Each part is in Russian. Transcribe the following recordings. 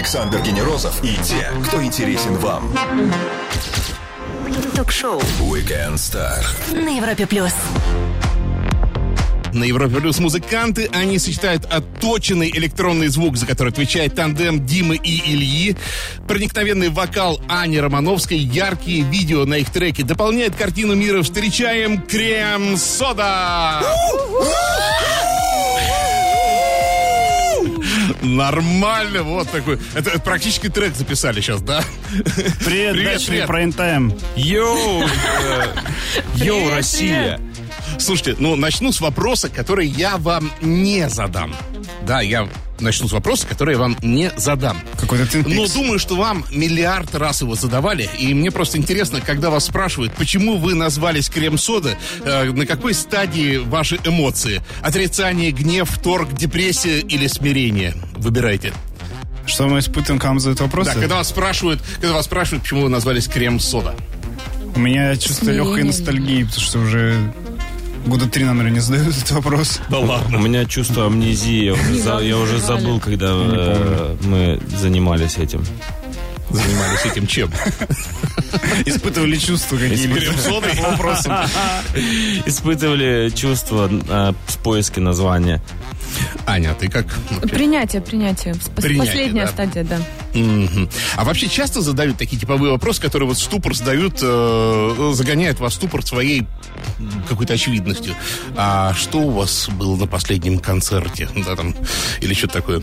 Александр Генерозов и те, кто интересен вам. Ток-шоу Weekend Star на Европе Плюс. На Европе Плюс музыканты, они сочетают отточенный электронный звук, за который отвечает тандем Димы и Ильи, проникновенный вокал Ани Романовской, яркие видео на их треке. Дополняет картину мира. Встречаем Крем-Сода! Нормально, вот такой. Это практически трек записали сейчас, да? Привет, прайм-тайм. Йоу, Россия. Слушайте, начну с вопроса, который я вам не задам. Да, я начну с вопроса, который я вам не задам. Какой-то тынпикс. Но думаю, что вам миллиард раз его задавали. И мне просто интересно, когда вас спрашивают, почему вы назвались Крем-Сода, на какой стадии ваши эмоции? Отрицание, гнев, торг, депрессия или смирение? Выбирайте. Что мы испытываем, когда нам задают вопросы? Да, когда вас спрашивают, почему вы назвались Крем-Сода. У меня чувство легкой ностальгии, потому что уже года 3, наверное, не задают этот вопрос. Да ладно. У меня чувство амнезии. Я уже забыл, когда мы занимались этим. Занимались этим чем? Испытывали чувства какие-либо. Крем-Сода по вопросам. Испытывали чувство в поиске названия. Аня, ты как? Принятие. Последняя да? стадия, да. Mm-hmm. А вообще часто задают такие типовые вопросы, которые вот в ступор сдают, загоняют вас в ступор своей какой-то очевидностью. А что у вас было на последнем концерте? Да, там, или что-то такое?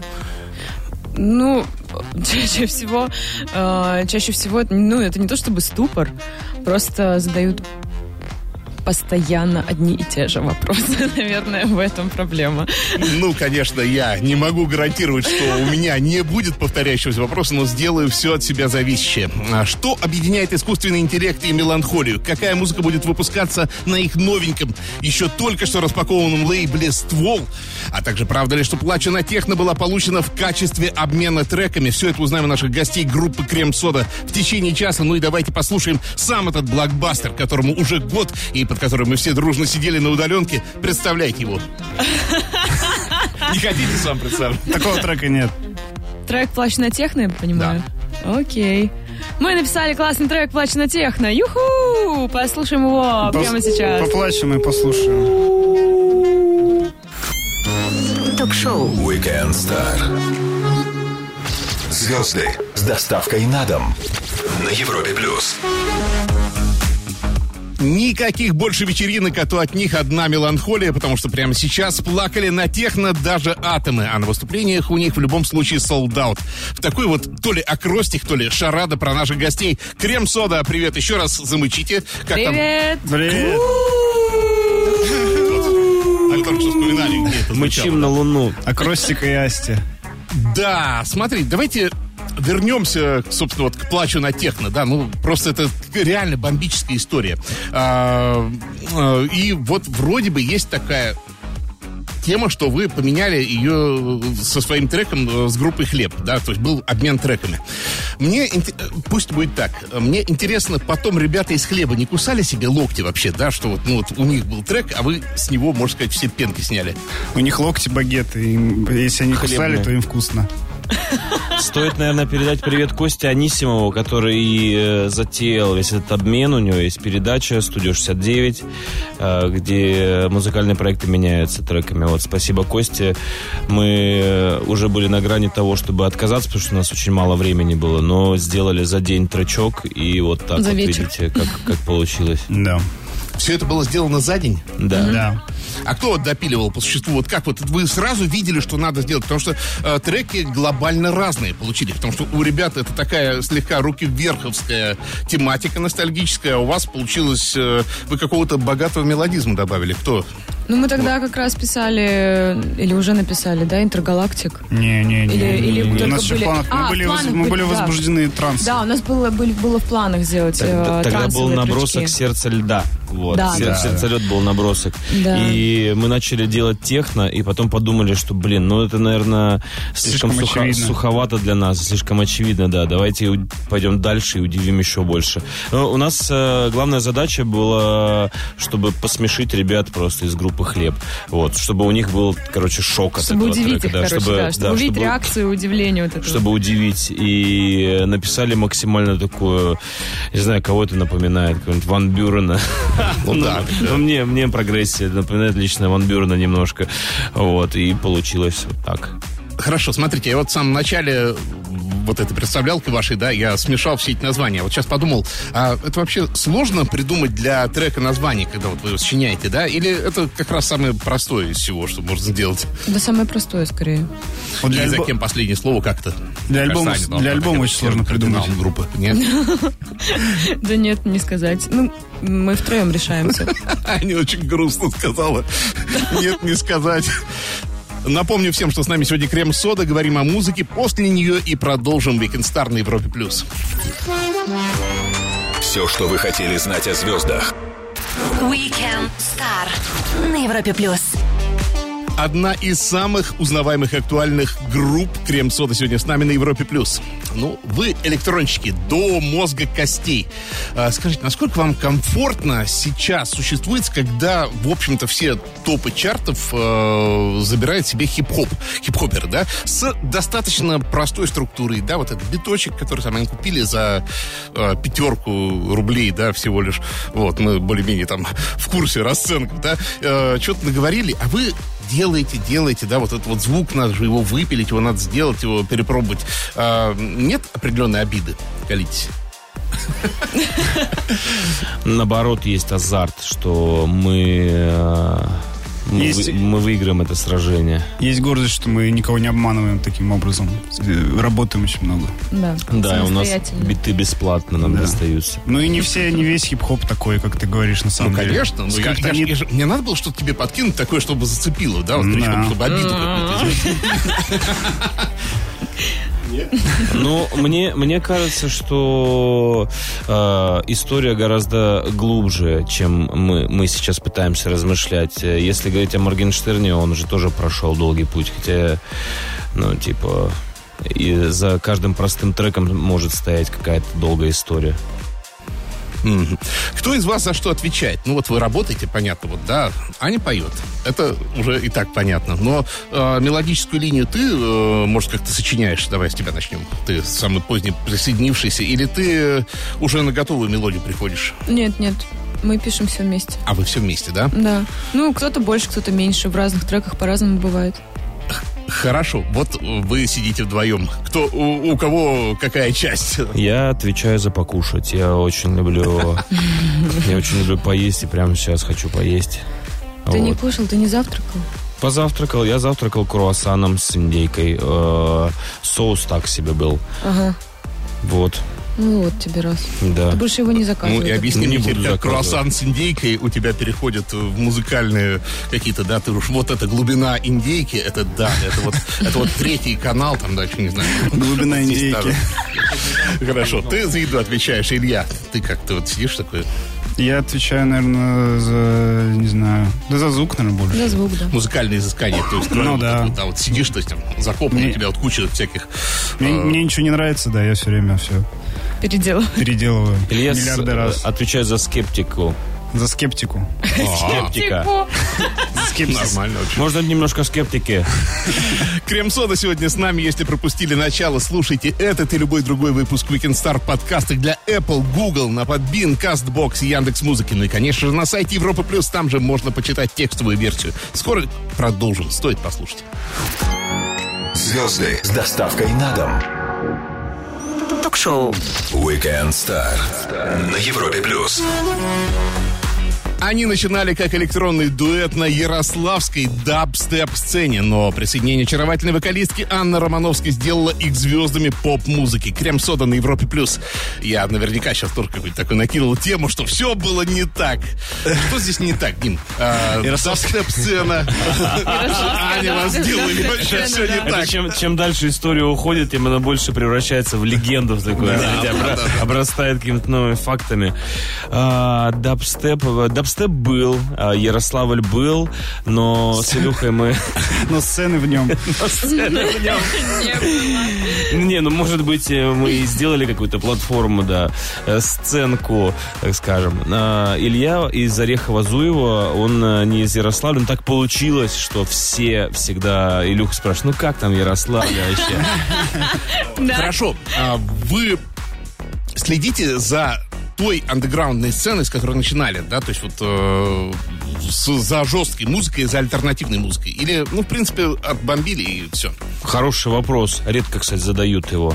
Чаще всего, это не то чтобы ступор, просто задают постоянно одни и те же вопросы. Наверное, в этом проблема. Конечно, я не могу гарантировать, что у меня не будет повторяющегося вопроса, но сделаю все от себя зависящее. Что объединяет искусственный интеллект и меланхолию? Какая музыка будет выпускаться на их новеньком, еще только что распакованном лейбле «Ствол»? А также правда ли, что «Плачу на техно» была получена в качестве обмена треками? Все это узнаем у наших гостей группы «Крем-Сода» в течение часа. И давайте послушаем сам этот блокбастер, которому уже год и под которым мы все дружно сидели на удаленке. Представляйте его. Не хотите сам представить? Такого трека нет. Трек «Плачу на техно», я понимаю? Да. Окей. Мы написали классный трек «Плачу на техно». Юху! Послушаем его прямо сейчас. Поплачем и послушаем. Ток-шоу Weekend Star. Звезды с доставкой на дом на Европе Плюс. Никаких больше вечеринок, а то от них одна меланхолия, потому что прямо сейчас плакали на техно даже атомы, а на выступлениях у них в любом случае sold out. В такой вот то ли акростик, то ли шарада про наших гостей. Крем-Сода, привет еще раз, замычите. Как привет! Там? Привет! Только что вспоминали, где это звучало. Мычим на луну. Акростика и Асти. Да, смотри, давайте вернемся, собственно, к «Плачу на техно», да, просто это реально бомбическая история. И вот вроде бы есть такая тема, что вы поменяли ее со своим треком с группой «Хлеб», да, то есть был обмен треками. Пусть будет так, мне интересно, потом ребята из «Хлеба» не кусали себе локти вообще, да, что у них был трек, а вы с него, можно сказать, все пенки сняли. У них локти багеты, если они кусали, то им вкусно. Стоит, наверное, передать привет Косте Анисимову, который затеял весь этот обмен. У него есть передача «Студио 69», где музыкальные проекты меняются треками. Вот, спасибо Косте. Мы уже были на грани того, чтобы отказаться, потому что у нас очень мало времени было, но сделали за день тречок, и вот так за вот вечер. видите, как получилось. Да. Все это было сделано за день? Да. А кто допиливал по существу? Вот как вы сразу видели, что надо сделать? Потому что треки глобально разные получились. Потому что у ребят это такая слегка руки-вверховская тематика ностальгическая. А у вас получилось... вы какого-то богатого мелодизма добавили. Кто? Мы тогда как раз писали, или уже написали, да, «Интергалактик». Не. Или у нас еще в планах. Мы были возбуждены трансом. Да, у нас было в планах сделать Тогда был трансовые набросок крючки. «Сердце льда». Вот. Да, «Сердце лед» был набросок. Да. И И мы начали делать техно, и потом подумали, что, это, наверное, слишком суховато для нас, слишком очевидно, да. Давайте пойдем дальше и удивим еще больше. Но у нас главная задача была, чтобы посмешить ребят просто из группы «Хлеб». Вот, чтобы у них был, шок от чтобы этого удивить трека. Их, чтобы увидеть реакцию, удивление вот этого. Чтобы удивить. И написали максимально такую, не знаю, кого это напоминает, какого-нибудь Ван Бюрена. Мне прогрессия напоминает лично Ван Бюрена немножко. Вот, и получилось вот так. Хорошо, смотрите, я вот в самом начале вот этой представлялки вашей, да, я смешал все эти названия. Вот сейчас подумал, а это вообще сложно придумать для трека название, когда вот вы его сочиняете, да? Или это как раз самое простое из всего, что можно сделать? Да, самое простое, скорее. Вот и за кем последнее слово как-то? Для альбома очень сложно придумать. Группы, нет? Да нет, не сказать. Мы втроем решаемся. Аня очень грустно сказала. Нет, не сказать. Напомню всем, что с нами сегодня Крем-Сода. Говорим о музыке. После нее и продолжим Weekend Star на Европе+. Все, что вы хотели знать о звездах. Weekend Star на Европе+. Одна из самых узнаваемых и актуальных групп Крем-Сода сегодня с нами на Европе+. Вы электронщики до мозга костей. Скажите, насколько вам комфортно сейчас существует, когда, в общем-то, все топы чартов забирают себе хип-хоперы, да, с достаточно простой структурой, да, вот этот биточек, который там они купили за 5 рублей, да, всего лишь. Вот, мы более-менее там в курсе расценок, да, что-то наговорили, а вы делаете, да, вот этот вот звук, надо же его выпилить, его надо сделать, его перепробовать. Нет определенной обиды? Колитесь. Наоборот, есть азарт, что мы выиграем это сражение. Есть гордость, что мы никого не обманываем таким образом. Работаем очень много. Да, у нас биты бесплатно нам достаются. И не весь хип-хоп такой, как ты говоришь, на самом деле. Конечно. Мне надо было что-то тебе подкинуть такое, чтобы зацепило, да, вот причем, чтобы обиду какую-то. Мне кажется, что история гораздо глубже, чем мы сейчас пытаемся размышлять. Если говорить о Моргенштерне, он же тоже прошел долгий путь, хотя, и за каждым простым треком может стоять какая-то долгая история. Кто из вас за что отвечает? Вы работаете, понятно, да, Аня поет. Это уже и так понятно. Но мелодическую линию ты, может, как-то сочиняешь? Давай с тебя начнем. Ты самый поздний присоединившийся. Или ты уже на готовую мелодию приходишь? Нет. Мы пишем все вместе. А вы все вместе, да? Да. Кто-то больше, кто-то меньше. В разных треках по-разному бывает. Хорошо, вот вы сидите вдвоем. У кого какая часть? Я отвечаю за покушать. Я очень люблю поесть, и прямо сейчас хочу поесть. Ты не кушал, ты не завтракал? Позавтракал. Я завтракал круассаном с индейкой. Соус так себе был. Ага. Вот. Вот тебе раз. Да. Ты больше его не заказывай. И объясни мне теперь, как круассан с индейкой у тебя переходит в музыкальные какие-то, да, ты уж вот эта глубина индейки, это вот третий канал, там дальше, не знаю. Глубина индейки. Хорошо, ты за еду отвечаешь, Илья. Ты как-то вот сидишь такой... Я отвечаю, наверное, за, не знаю, за звук, наверное, больше. За звук, да. Музыкальное изыскание, то есть, вот сидишь, то есть, там, закопан у тебя вот куча всяких... Мне ничего не нравится, да, я все время все... Переделываю. Илья миллиарды раз. Отвечаю за скептику. За скептику. Скептика. Нормально очень. Можно немножко скептики. Крем-Сода сегодня с нами. Если пропустили начало, слушайте этот и любой другой выпуск Weekend Star в подкастах для Apple, Google, на Podbean, CastBox и Яндекс.Музыки. Ну и, конечно же, на сайте Европа+. Там же можно почитать текстовую версию. Скоро продолжим. Стоит послушать. Звезды с доставкой на дом. Ток-шоу Weekend Star на Европе+. Они начинали как электронный дуэт на ярославской дабстеп-сцене, но присоединение очаровательной вокалистки Анны Романовской сделало их звездами поп-музыки. Крем-Сода на Европе+. Я наверняка сейчас тоже какую-то такую накинул тему, что все было не так. Что здесь не так, Дим? Дабстеп-сцена. Аня вас сделали, вообще все не так. Чем дальше история уходит, тем она больше превращается в легенду такую, обрастает какими-то новыми фактами. Дабстеп дабстеп был, Ярославль был, но с Илюхой мы... Но сцены в нем. Не, ну, может быть, мы сделали какую-то платформу, да, сценку, так скажем. Илья из Орехова-Зуева, он не из Ярославля, но так получилось, что все всегда Илюха спрашивают, ну как там Ярославль вообще? Хорошо, вы следите за той андеграундной сценой, с которой начинали, да, то есть вот за жесткой музыкой, за альтернативной музыкой? Или, ну, в принципе, отбомбили и все? Хороший вопрос. Редко, кстати, задают его.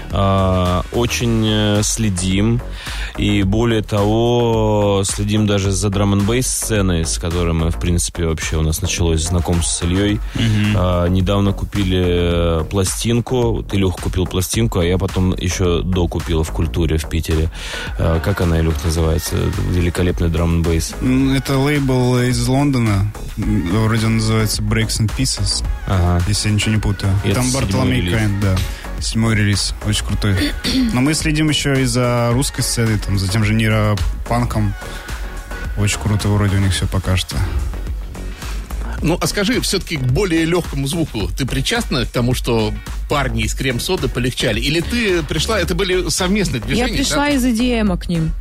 Очень следим. И более того, следим даже за драм-н-бейс сценой, с которой мы, в принципе, вообще у нас началось знакомство с Ильей. Недавно купили пластинку. Вот Илюх купил пластинку, а я потом еще докупил в Культуре в Питере. Как она, Илюх, называется? Великолепный драм-н-бейс. Это лейбл из Лондона. Вроде он называется Breaks and Pieces. Если я ничего не путаю. И там Бартоломей Кайн, да. 7-й релиз, очень крутой. Но мы следим еще и за русской сценой, там, за тем же нейропанком. Очень круто вроде у них все пока что. Ну, а скажи, все-таки к более легкому звуку ты причастна к тому, что парни из Крем-Соды полегчали? Или ты пришла, это были совместные движения? Я пришла из EDM к ним.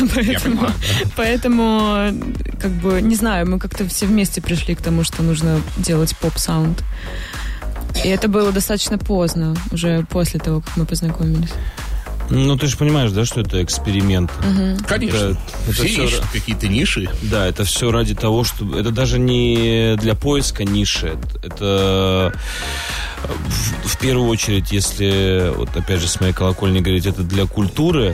Поэтому, как бы, не знаю, мы как-то все вместе пришли к тому, что нужно делать поп-саунд. И это было достаточно поздно, уже после того, как мы познакомились. Ну, ты же понимаешь, да, что это эксперимент. Конечно. Это все ищут какие-то ниши. Да, это все ради того, что... Это даже не для поиска ниши. Это в первую очередь, если, вот опять же, с моей колокольни говорить, это для культуры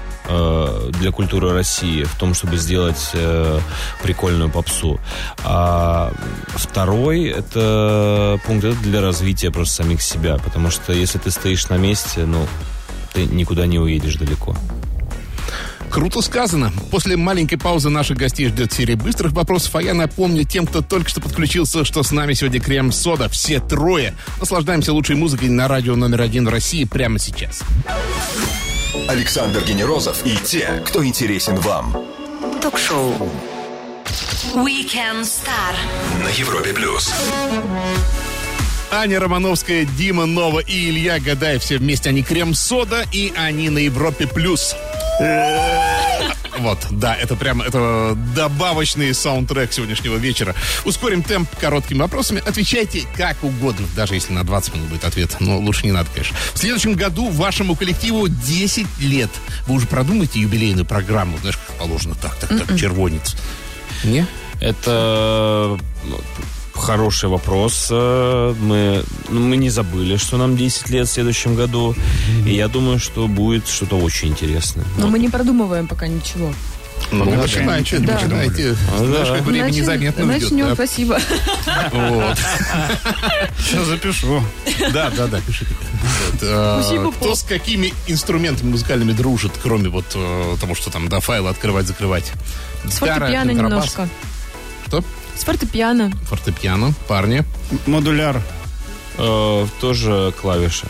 России, в том, чтобы сделать прикольную попсу. А второй это пункт, это для развития просто самих себя, потому что если ты стоишь на месте, ну, ты никуда не уедешь далеко. Круто сказано. После маленькой паузы наших гостей ждет серия быстрых вопросов, а я напомню тем, кто только что подключился, что с нами сегодня Крем-Сода, все трое. Наслаждаемся лучшей музыкой на радио номер 1 в России прямо сейчас. Александр Генерозов и те, кто интересен вам. Ток-шоу Weekend Star На Европе плюс. Аня Романовская, Дима Нова и Илья Гадаев. Все вместе они Крем-Сода, и они на Европе плюс. Вот, да, это прямо это добавочный саундтрек сегодняшнего вечера. Ускорим темп короткими вопросами. Отвечайте как угодно, даже если на 20 минут будет ответ. Но лучше не надо, конечно. В следующем году вашему коллективу 10 лет. Вы уже продумаете юбилейную программу? Знаешь, как положено, так, червонец. Не? Это... Хороший вопрос. Мы не забыли, что нам 10 лет в следующем году. И я думаю, что будет что-то очень интересное. Но мы не продумываем пока ничего. Ну, начинайте. Знаешь, как время незаметно уйдет. Начнем, спасибо. Вот. Сейчас запишу. Да, пиши. Кто с какими инструментами музыкальными дружит, кроме вот того, что там, да, файлы открывать, закрывать? С фортепиано немножко. Что? С фортепиано. Фортепиано, парни. Модуляр. Тоже клавиши.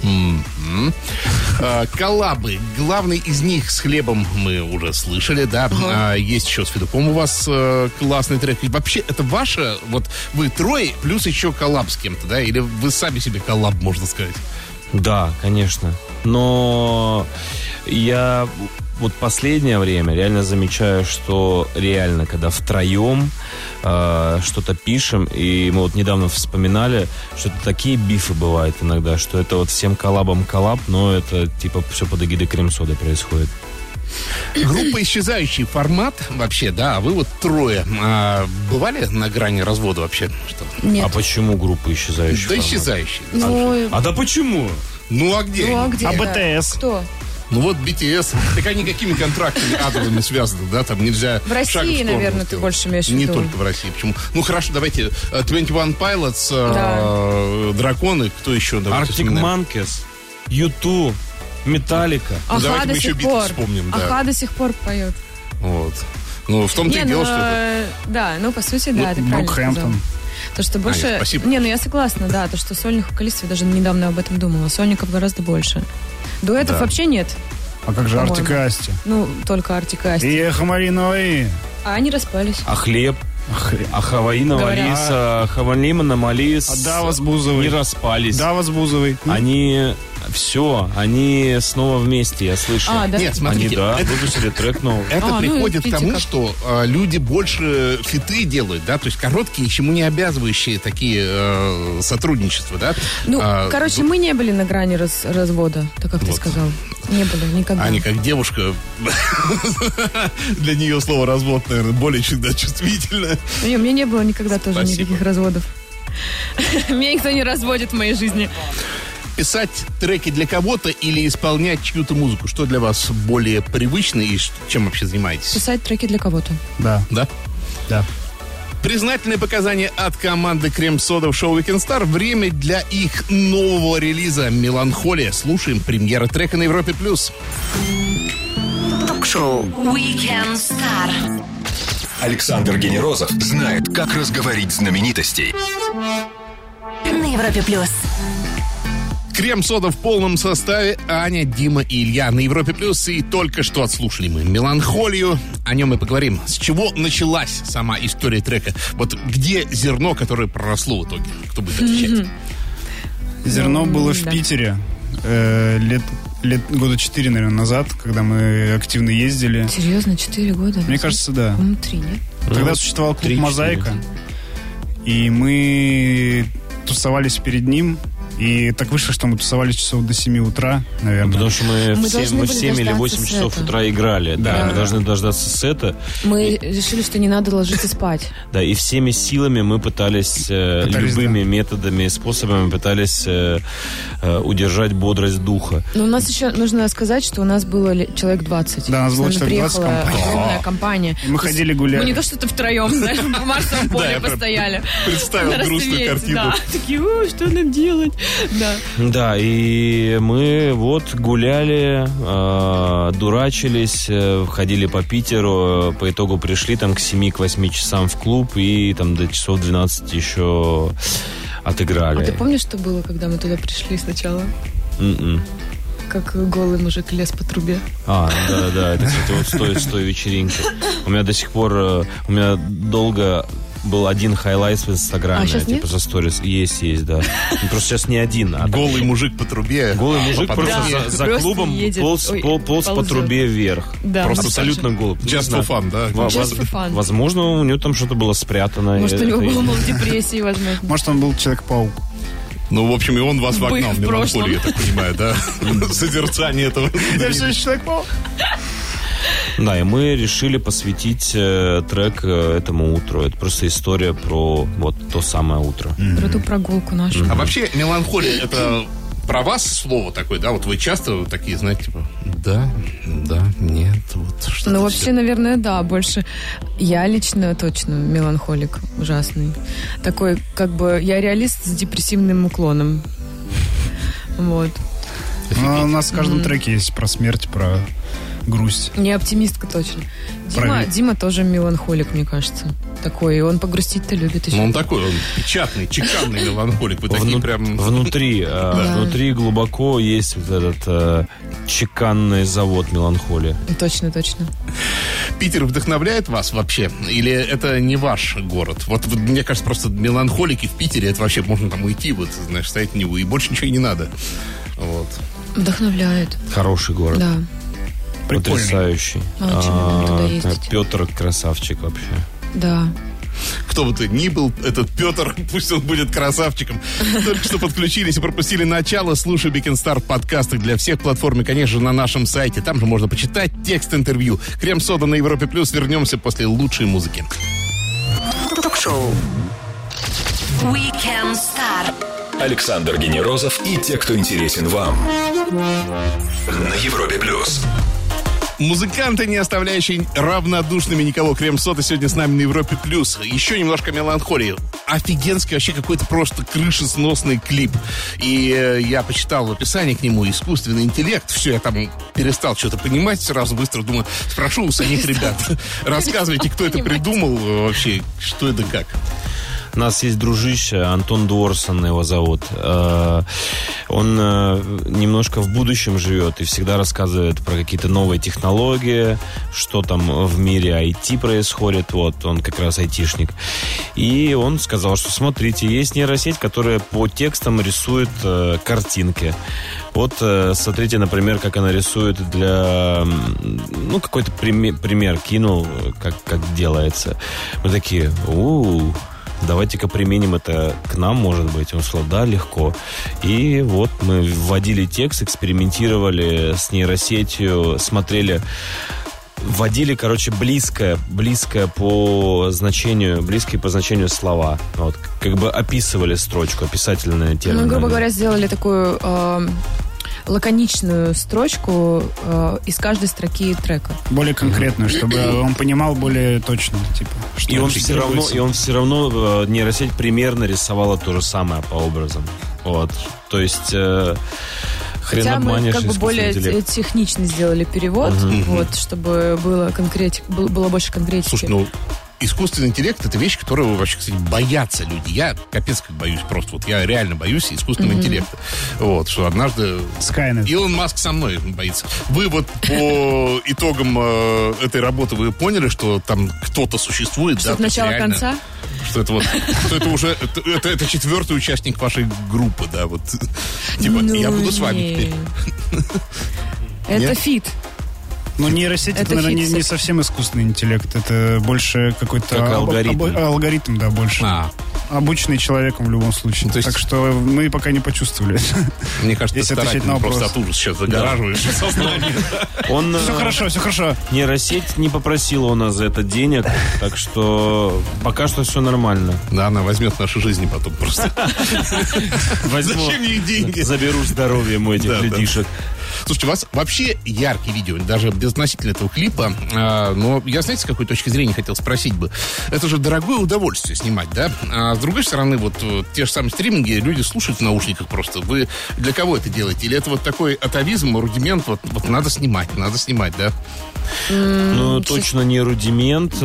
Коллабы. Главный из них с Хлебом мы уже слышали, да. Есть еще с Федуком у вас классный трек. И вообще, это ваше, вот вы трое, плюс еще коллаб с кем-то, да? Или вы сами себе коллаб, можно сказать? Да, конечно. Но я вот последнее время реально замечаю, что реально, когда втроем что-то пишем, и мы вот недавно вспоминали, что это такие бифы бывают иногда, что это вот всем коллабом коллаб, но это типа все под эгидой Крем-Соды происходит. Группа «Исчезающий» формат вообще, да, а вы вот трое. Бывали на грани развода вообще? Что? Нет. А почему группа «Исчезающий» Да формат? «Исчезающий». Ну, да почему? Ну а где? а где? А БТС? Кто? Ну вот BTS, так они какими контрактами адовыми связаны, да, там нельзя В России, наверное, ты больше имеешь в виду. Не только в России, почему? Ну хорошо, давайте, 21 Pilots, Драконы, кто еще? Arctic Monkeys, U2, Металлика. Давайте до мы еще сих Битлз пор. вспомним, да. Аха до сих пор поет. Вот. Ну, в том-то и дело, что это... Да, ну, по сути, да, ты правильно сказал. Брукхэмптон. То, что больше... Аня, спасибо. Не, ну я согласна, да, то, что сольных вокалистов, я даже недавно об этом думала, сольников гораздо больше. Дуэтов вообще нет. А как же По-моему. Артик и Асти? Ну, только Артик и Асти. И Эхо Малиновый. А они распались. А хлеб? А Хаваи навалис, а Хавалима намалис. А Дава с Бузовой. Не распались. Дава с Бузовой. Они снова вместе, я слышал. А, да? Нет, смотрите, Они, выпустили трек новый. это приходит к видите, тому, как. что люди больше фиты делают, да, то есть короткие, ничему не обязывающие такие сотрудничества, да. Ну, короче, мы не были на грани развода, так как ты Вот. сказал. Не были, никогда. Аня, как девушка, для нее слово развод, наверное, более всегда чувствительно. Не, у меня не было никогда тоже Спасибо. никаких разводов. Меня никто не разводит в моей жизни. Писать треки для кого-то или исполнять чью-то музыку, что для вас более привычно и чем вообще занимаетесь? Писать треки для кого-то. Да, Да? да. Признательные показания от команды Крем-Сода в шоу Weekend Star. Время для их нового релиза «Меланхолия». Слушаем премьера трека на Европе+. Ток-шоу Weekend Star. Александр Генерозов знает, как разговорить знаменитостей. На Европе плюс. Крем-Сода в полном составе. Аня, Дима и Илья на Европе+. И только что отслушали мы «Меланхолию». О нем мы поговорим. С чего началась сама история трека? Вот где зерно, которое проросло в итоге? Кто будет отвечать? Зерно было в да. Питере лет года 4, наверное, назад, когда мы активно ездили. Серьезно, 4 года? Мне кажется, да. По-моему, 3, нет? Тогда существовал клуб 3-4. «Мозаика», и мы тусовались перед ним. И так вышло, что мы тусовались часов до 7 утра, наверное. Потому что мы Мы в должны 7 были или 8 дождаться часов сета. утра играли. Да, Да. мы должны дождаться сета. Мы решили, что не надо ложиться спать. Да, и всеми силами мы пытались любыми да. методами и способами пытались удержать бодрость духа. Но у нас еще нужно сказать, что у нас было человек 20. Да, у нас было С нами человек 20 приехала компания. огромная компания. Мы ходили гуляли. Мы не то что-то втроем, знаешь, по Марсовому Да, поле я прям постояли. представил На грустную рассвете, картину. Да, такие, что нам делать? Да. Да, и мы вот гуляли, дурачились, ходили по Питеру, по итогу пришли там к 7-8 часам в клуб и там до часов 12 еще отыграли. А ты помнишь, что было, когда мы туда пришли сначала? М-м. Как голый мужик лез по трубе. Да, это, кстати, вот с той вечеринки. У меня до сих пор, у меня долго был один хайлайт в Инстаграме, А сейчас типа нет? за сторис. Есть, да. Ну, просто сейчас не один, а Голый мужик по трубе. голый мужик просто Да, за просто клубом едет. полз Ой, по ползет. трубе вверх. Да, Просто абсолютно. абсолютно голый. Не Just знаю. for fun, да? Just for fun. Возможно, у него там что-то было спрятано. Может, у Это- него было мол депрессии, возможно. Может, он был Человек-паук. Ну, в общем, и он вас Был вогнал в в меланхолию, я прошлом. так понимаю, да? Созерцание этого. Я все еще Человек-паук. Да, и мы решили посвятить трек этому утру. Это просто история про вот то самое утро. Про ту прогулку нашу. А вообще, меланхолия, это про вас слово такое, да? Вот вы часто такие, знаете, типа, да, нет, вот что-то. Ну, вообще, всё. наверное, да, больше. Я лично точно меланхолик ужасный. Такой, как бы, я реалист с депрессивным уклоном. Вот. Ну, у нас в каждом треке есть про смерть, про грусть. Не оптимистка точно. Проверь. Дима тоже меланхолик, мне кажется. Такой, и он погрустить-то любит еще. Ну, он такой, он печатный, чеканный меланхолик. Вы такие прям... Внутри глубоко есть вот этот чеканный завод меланхолия. Точно, точно. Питер вдохновляет вас вообще? Или это не ваш город? Вот мне кажется, просто меланхолики в Питере, это вообще можно там уйти, вот, знаешь, стоять в него, и больше ничего и не надо. Вот. Вдохновляет. Хороший город. Да. Прикольный. Потрясающий. Очень люблю туда ездить. Петр красавчик вообще. Да. Кто бы ты ни был, этот Петр, пусть он будет красавчиком. Только что подключились и пропустили начало. Слушай Weekend Star в подкастах для всех платформ и, конечно же, на нашем сайте. Там же можно почитать текст интервью. Крем-сода на Европе+. Вернемся после лучшей музыки. Ток-шоу Weekend Star. Александр Генерозов и те, кто интересен вам. На Европе+. Музыканты, не оставляющие равнодушными никого. Крем-сода сегодня с нами на Европе+. Еще немножко меланхолии. Офигенский вообще какой-то просто крышесносный клип. И я почитал в описании к нему искусственный интеллект. Все, я там перестал что-то понимать. Сразу быстро думаю, спрошу у самих ребят. Рассказывайте, кто это придумал вообще, что это как. У нас есть дружище, Антон Дворсон его зовут. Он немножко в будущем живет и всегда рассказывает про какие-то новые технологии, что там в мире IT происходит. Вот, он как раз айтишник. И он сказал, что смотрите, есть нейросеть, которая по текстам рисует картинки. Вот смотрите, например, как она рисует для... Ну, какой-то пример кинул, как делается. Мы такие, давайте-ка применим это к нам, может быть. Он сказал, да, легко. И вот мы вводили текст, экспериментировали с нейросетью, смотрели... Вводили, близкие по значению слова. Вот, как бы описывали строчку, описательные термины. Ну, грубо говоря, сделали такую лаконичную строчку из каждой строки трека. Более конкретную, чтобы он понимал более точно, типа. И он все равно нейросеть примерно рисовала то же самое по образам. Вот, то есть... Хотя мы как бы более технично сделали перевод, вот, чтобы было больше конкретики. Слушай, искусственный интеллект — это вещь, которую вообще, кстати, боятся люди. Я капец как боюсь просто. Вот я реально боюсь искусственного интеллекта. Вот, что однажды... Skynet. Илон Маск со мной боится. Вы вот по итогам этой работы вы поняли, что там кто-то существует? Что от начала конца? Что это вот, что это уже, это четвертый участник вашей группы, да, вот. Типа, я буду с вами теперь. Это фит. Ну, нейросеть, это, наверное, не совсем искусственный интеллект. Это больше какой-то... Как алгоритм. Алгоритм, да, больше. Обученный человеком в любом случае. То есть... Так что мы пока не почувствовали. Мне кажется, ты старательно просто от ужаса сейчас загораживаешь сознание. Все хорошо. Нейросеть не попросила у нас за это денег, так что пока что все нормально. Да, она возьмет наши жизни потом просто. Зачем ей деньги? Заберу здоровье мой этих людишек. Слушайте, у вас вообще яркие видео, даже безотносительно этого клипа. Но я, знаете, с какой точки зрения хотел спросить бы. Это же дорогое удовольствие снимать, да? А с другой стороны, вот те же самые стриминги, люди слушают в наушниках просто. Вы для кого это делаете? Или это вот такой атовизм, рудимент, вот надо снимать, да? Ну, точно не рудимент.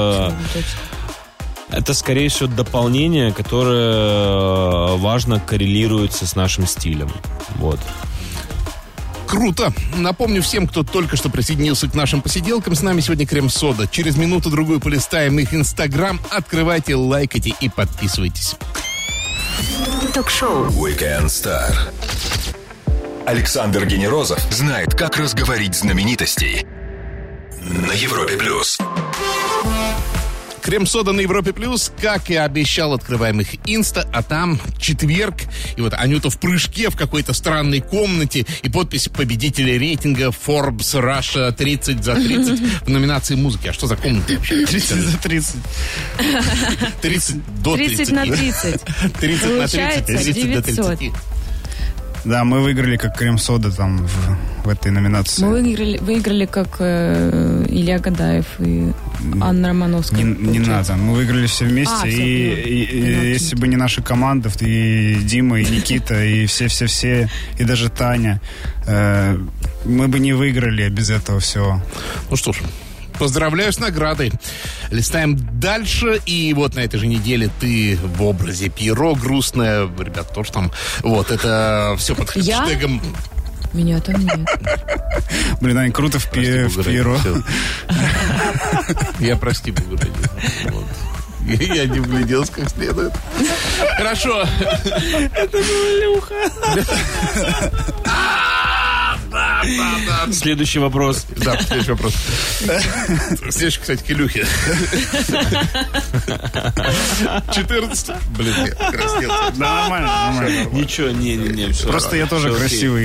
Это, скорее всего, дополнение, которое важно коррелируется с нашим стилем. Вот. Круто. Напомню всем, кто только что присоединился к нашим посиделкам, с нами сегодня Крем-сода. Через минуту-другую полистаем их Инстаграм. Открывайте, лайкайте и подписывайтесь. Ток-шоу Weekend Star. Александр Генерозов знает, как разговорить знаменитостей на Европе+. Крем-сода на Европе+, как и обещал, открываем их Инста, а там четверг, и вот Анюта в прыжке в какой-то странной комнате, и подпись победителя рейтинга Forbes Russia 30 за 30 в номинации музыки. А что за комната вообще? 30 за 30. 30 до 30. 30 на 30. 30 на 30, 30 до 30. Да, мы выиграли как Крем-сода там в этой номинации. Мы выиграли как Илья Гадаев и Анна Романовская. Не надо, мы выиграли все вместе. И если бы не наша команда, и Дима, и Никита, и все, и даже Таня, мы бы не выиграли без этого всего. Ну что ж, поздравляю с наградой. Листаем дальше. И вот на этой же неделе ты в образе Пьеро грустная. Ребят, тоже там. Вот, это все под хэштегом. Меня там нет. Блин, Ань, круто в Пьеро. Я, прости, Богу, я не вгляделся как следует. Хорошо. Это была Люха. Да. Следующий вопрос. Да, следующий вопрос. Следующий, кстати, к Илюхе. 14. Блин, я краснел. Да, нормально. Ничего, не. Просто я тоже красивый.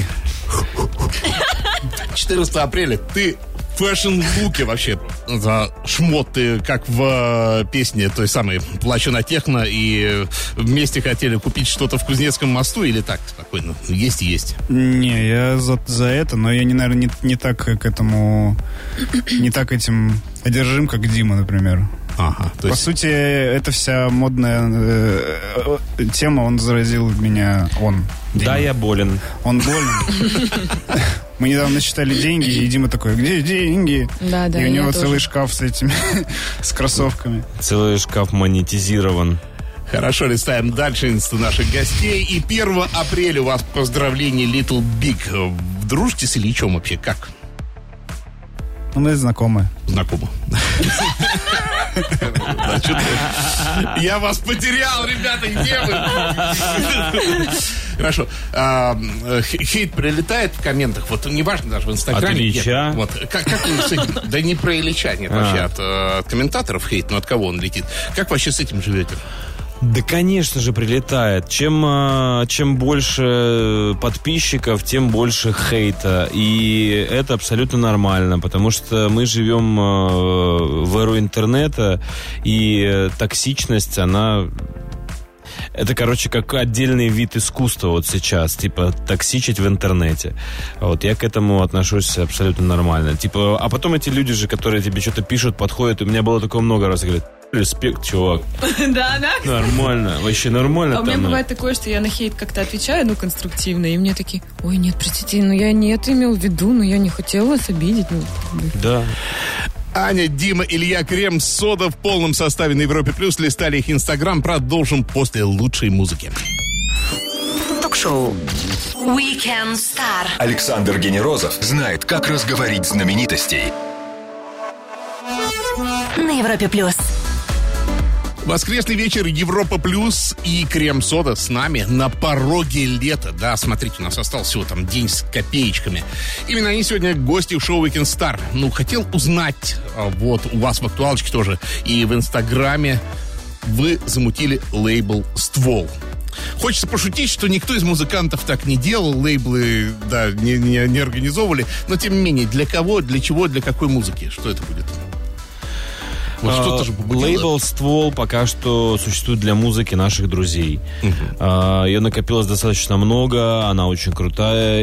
14 апреля ты в фэшн-луке вообще за шмот, ты как в песне той самой «Плачу на техно», и вместе хотели купить что-то в Кузнецком мосту, или так, спокойно, есть и есть? Не, я за это, но я, наверное, не так к этому, не так этим одержим, как Дима, например. Ага, то есть... По сути, эта вся модная тема, он заразил меня, он. Дима. Да, я болен. Он болен. Мы недавно считали деньги, и Дима такой: где деньги? Да, и у него целый шкаф с этими, с кроссовками. Целый шкаф монетизирован. Хорошо, листаем дальше инсту наших гостей. И 1 апреля у вас поздравление Little Big. Дружите с Ильичом вообще как? Мы знакомы. Знакомы. Я вас потерял, ребята, где вы? Хорошо. Хейт прилетает в комментах, вот неважно даже в Инстаграме. От Ильича? Вот. Как вы с этим? Да не про Ильича, нет, вообще от комментаторов хейт, но от кого он летит? Как вообще с этим живете? Да, конечно же, прилетает. Чем больше подписчиков, тем больше хейта. И это абсолютно нормально, потому что мы живем в эру интернета, и токсичность, она... Это, короче, как отдельный вид искусства вот сейчас, типа, токсичить в интернете. Вот я к этому отношусь абсолютно нормально. Типа, а потом эти люди же, которые тебе что-то пишут, подходят, у меня было такое много раз, говорят: респект, чувак. Да. Нормально, вообще нормально. А у меня бывает такое, что я на хейт как-то отвечаю, конструктивно, и мне такие: ой, нет, простите, я не это имел в виду, я не хотела вас обидеть. Да. Аня, Дима, Илья, Крем-сода в полном составе на Европе Плюс. Листали их Инстаграм. Продолжим после лучшей музыки. Ток-шоу Weekend Star. Александр Генерозов знает, как разговорить знаменитостей. На Европе Плюс. Воскресный вечер, Европа Плюс и Крем-сода с нами на пороге лета. Да, смотрите, у нас остался всего там день с копеечками. Именно они сегодня гости шоу Weekend Star. Хотел узнать, вот у вас в актуалочке тоже и в Инстаграме вы замутили лейбл «Ствол». Хочется пошутить, что никто из музыкантов так не делал, лейблы, да, не организовывали, но тем не менее, для кого, для чего, для какой музыки? Что это будет? Вот что-то же побудило. Лейбл «Ствол» пока что существует для музыки наших друзей. Ее накопилось достаточно много, она очень крутая,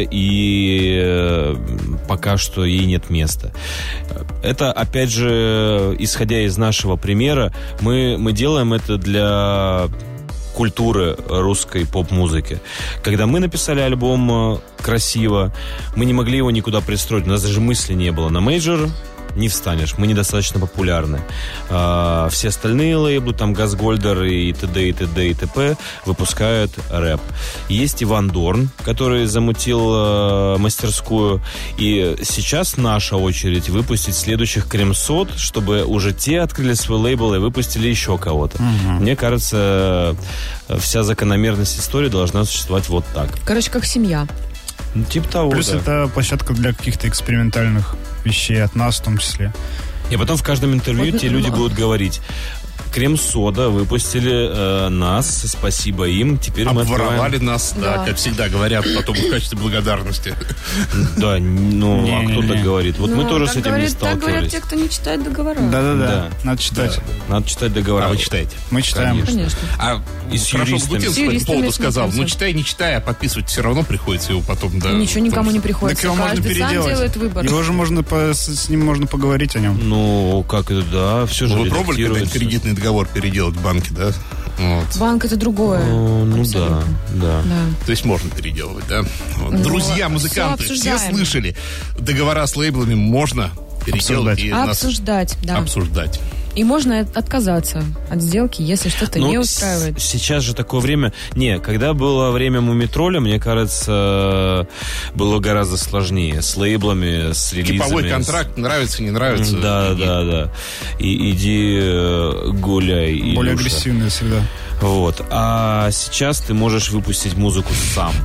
и пока что ей нет места. Это, опять же, исходя из нашего примера, мы делаем это для культуры русской поп-музыки. Когда мы написали альбом красиво, мы не могли его никуда пристроить, у нас даже мысли не было. На мейджор не встанешь, мы недостаточно популярны. Все остальные лейблы, там Газгольдер и т.д. и т.д. и т.п. выпускают рэп. Есть Иван Дорн, который замутил мастерскую, и сейчас наша очередь выпустить следующих Крем-сод, чтобы уже те открыли свой лейбл и выпустили еще кого-то. Мне кажется, вся закономерность истории должна существовать вот так. Короче, как семья. Типа того, Плюс да. это площадка для каких-то экспериментальных вещей от нас в том числе. И потом в каждом интервью те люди будут говорить: Крем-сода выпустили нас, спасибо им, теперь мы обворовали нас, да, как всегда говорят потом в качестве благодарности. Да, а кто так говорит? Вот мы тоже с этим не Так говорят сталкивались. те, кто не читает договора. Да. Надо читать. Надо читать договора. А вы читаете? Мы читаем. Конечно. И с Хорошо, юристами. Гутенс С по юристами поводу сказал, смотрим. читай, не читай, а подписывать все равно приходится его потом, да. Ничего никому не Так приходится. его можно Каждый сам переделать. делает выбор. Его же можно с ним можно поговорить о нем. Ну, как это, да, все же Вы пробовали когда-нибудь редактируется. кредитный договор переделать в банке, да? Вот. Банк — это другое. Ну Абсолютно. да. Да. То есть можно переделывать, да? Вот. Друзья, музыканты, всё все обсуждаем. слышали, договора с лейблами можно переделать и нас Обсуждать, да. обсуждать. И можно отказаться от сделки, если что-то не устраивает. Сейчас же такое время... Когда было время Мумитроля, мне кажется, было гораздо сложнее. С лейблами, с релизами. Типовой контракт, нравится, не нравится. Да. И иди гуляй, Илюша. Более агрессивные всегда. Вот. А сейчас ты можешь выпустить музыку сам.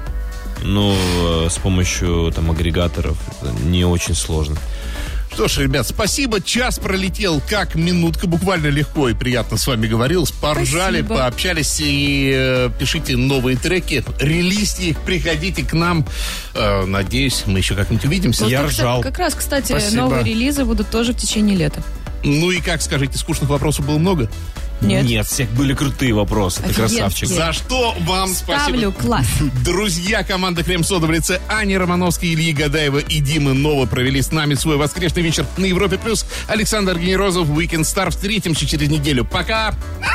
С помощью агрегаторов. Это не очень сложно. Что ж, ребят, спасибо. Час пролетел как минутка. Буквально легко и приятно с вами говорил. Поржали, Спасибо. пообщались. И пишите новые треки, релизьте их, приходите к нам. Надеюсь, мы еще как-нибудь увидимся. Я ржал. Как раз, кстати, Спасибо. новые релизы будут тоже в течение лета. Ну и как, скажите, скучных вопросов было много? Нет. Всех были крутые вопросы. Ты Офигенские. красавчик. За что вам Ставлю спасибо. класс. Друзья, команда Крем-сода в лице Ани Романовской, Ильи Гадаева и Димы Нова провели с нами свой воскресный вечер на Европе+. Александр Генерозов, Weekend Star. Встретимся через неделю. Пока!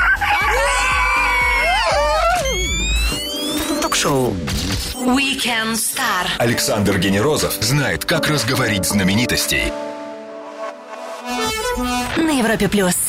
Ток-шоу Weekend Star. Александр Генерозов знает, как разговорить знаменитостей. На Европе Плюс.